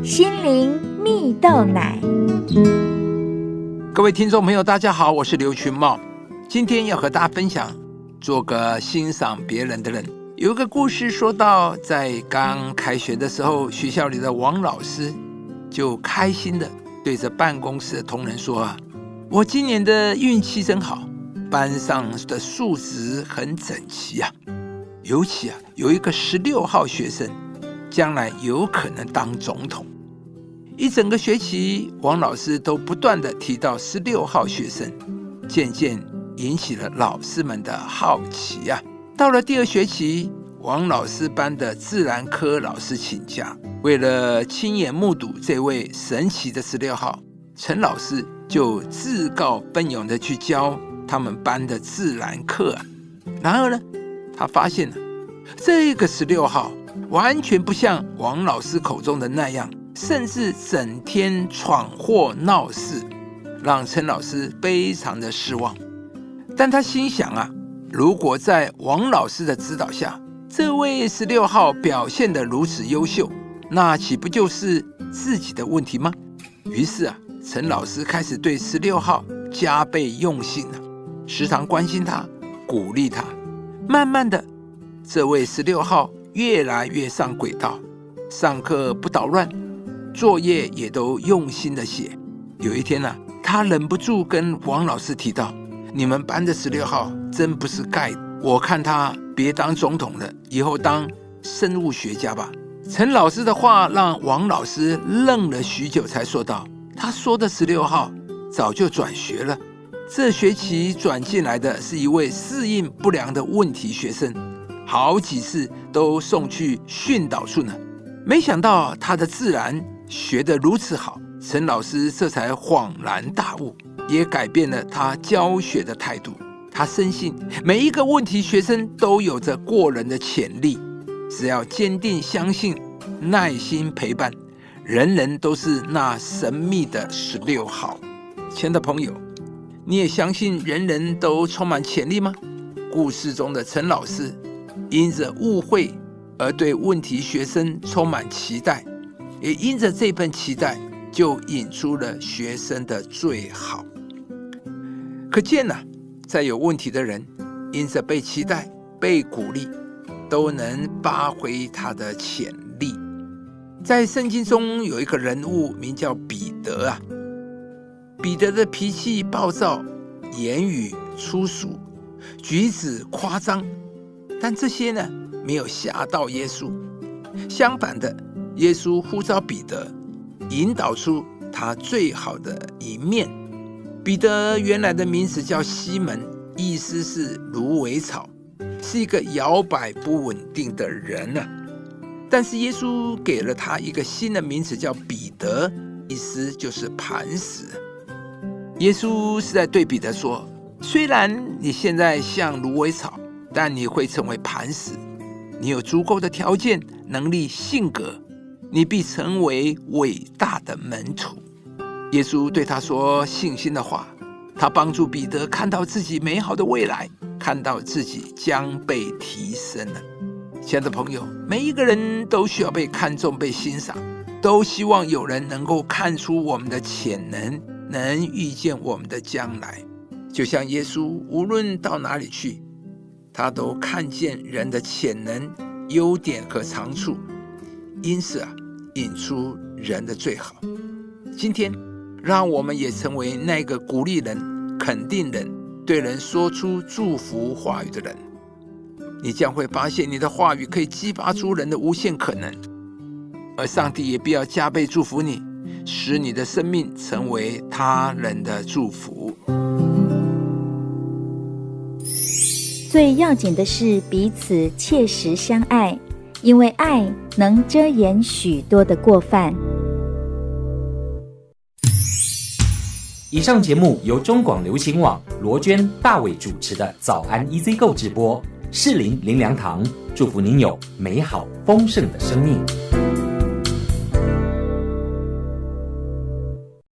心灵蜜豆奶。 各位听众朋友大家好，我是刘群茂，今天要和大家分享做个欣赏别人的人。有一个故事说到，在刚开学的时候，学校里的王老师就开心的对着办公室的同仁说我今年的运气真好，班上的数值很整齐尤其有一个16号学生将来有可能当总统。一整个学期，王老师都不断地提到16号学生，渐渐引起了老师们的好奇到了第2学期，王老师班的自然科老师请假，为了亲眼目睹这位神奇的16号，陈老师就自告奋勇地去教他们班的自然课然而呢，他发现这个16号完全不像王老师口中的那样，甚至整天闯祸闹事，让陈老师非常的失望。但他心想如果在王老师的指导下，这位16号表现得如此优秀，那岂不就是自己的问题吗？于是陈老师开始对16号加倍用心时常关心他，鼓励他。慢慢的，这位16号越来越上轨道，上课不捣乱，作业也都用心的写。有一天他忍不住跟王老师提到，你们班的16号真不是盖的，我看他别当总统了，以后当生物学家吧。陈老师的话让王老师愣了许久，才说道，他说的16号早就转学了，这学期转进来的是一位适应不良的问题学生，好几次都送去训导处呢。没想到他的自然学得如此好，陈老师这才恍然大悟，也改变了他教学的态度。他深信每一个问题学生都有着过人的潜力，只要坚定相信，耐心陪伴，人人都是那神秘的16号。亲爱的朋友，你也相信人人都充满潜力吗？故事中的陈老师因着误会而对问题学生充满期待，也因着这份期待就引出了学生的最好。可见在有问题的人因着被期待、被鼓励，都能发挥他的潜力。在圣经中有一个人物名叫彼得彼得的脾气暴躁，言语粗俗，举止夸张，但这些没有吓到耶稣。相反的，耶稣呼召彼得，引导出他最好的一面。彼得原来的名字叫西门，意思是芦苇草，是一个摇摆不稳定的人但是耶稣给了他一个新的名字叫彼得，意思就是磐石。耶稣是在对彼得说，虽然你现在像芦苇草，但你会成为磐石，你有足够的条件、能力、性格，你必成为伟大的门徒。耶稣对他说信心的话，他帮助彼得看到自己美好的未来，看到自己将被提升了。亲爱的朋友，每一个人都需要被看重、被欣赏，都希望有人能够看出我们的潜能，能预见我们的将来。就像耶稣无论到哪里去，他都看见人的潜能、优点和长处，因此引出人的最好。今天让我们也成为那个鼓励人、肯定人、对人说出祝福话语的人。你将会发现你的话语可以激发出人的无限可能，而上帝也必要加倍祝福你，使你的生命成为他人的祝福。 最要紧的是彼此切实相爱，因为爱能遮掩许多的过犯。 以上节目由中广流行网罗娟、大伟主持的早安 EZ 购直播，士林灵粮堂祝福您有美好丰盛的生命。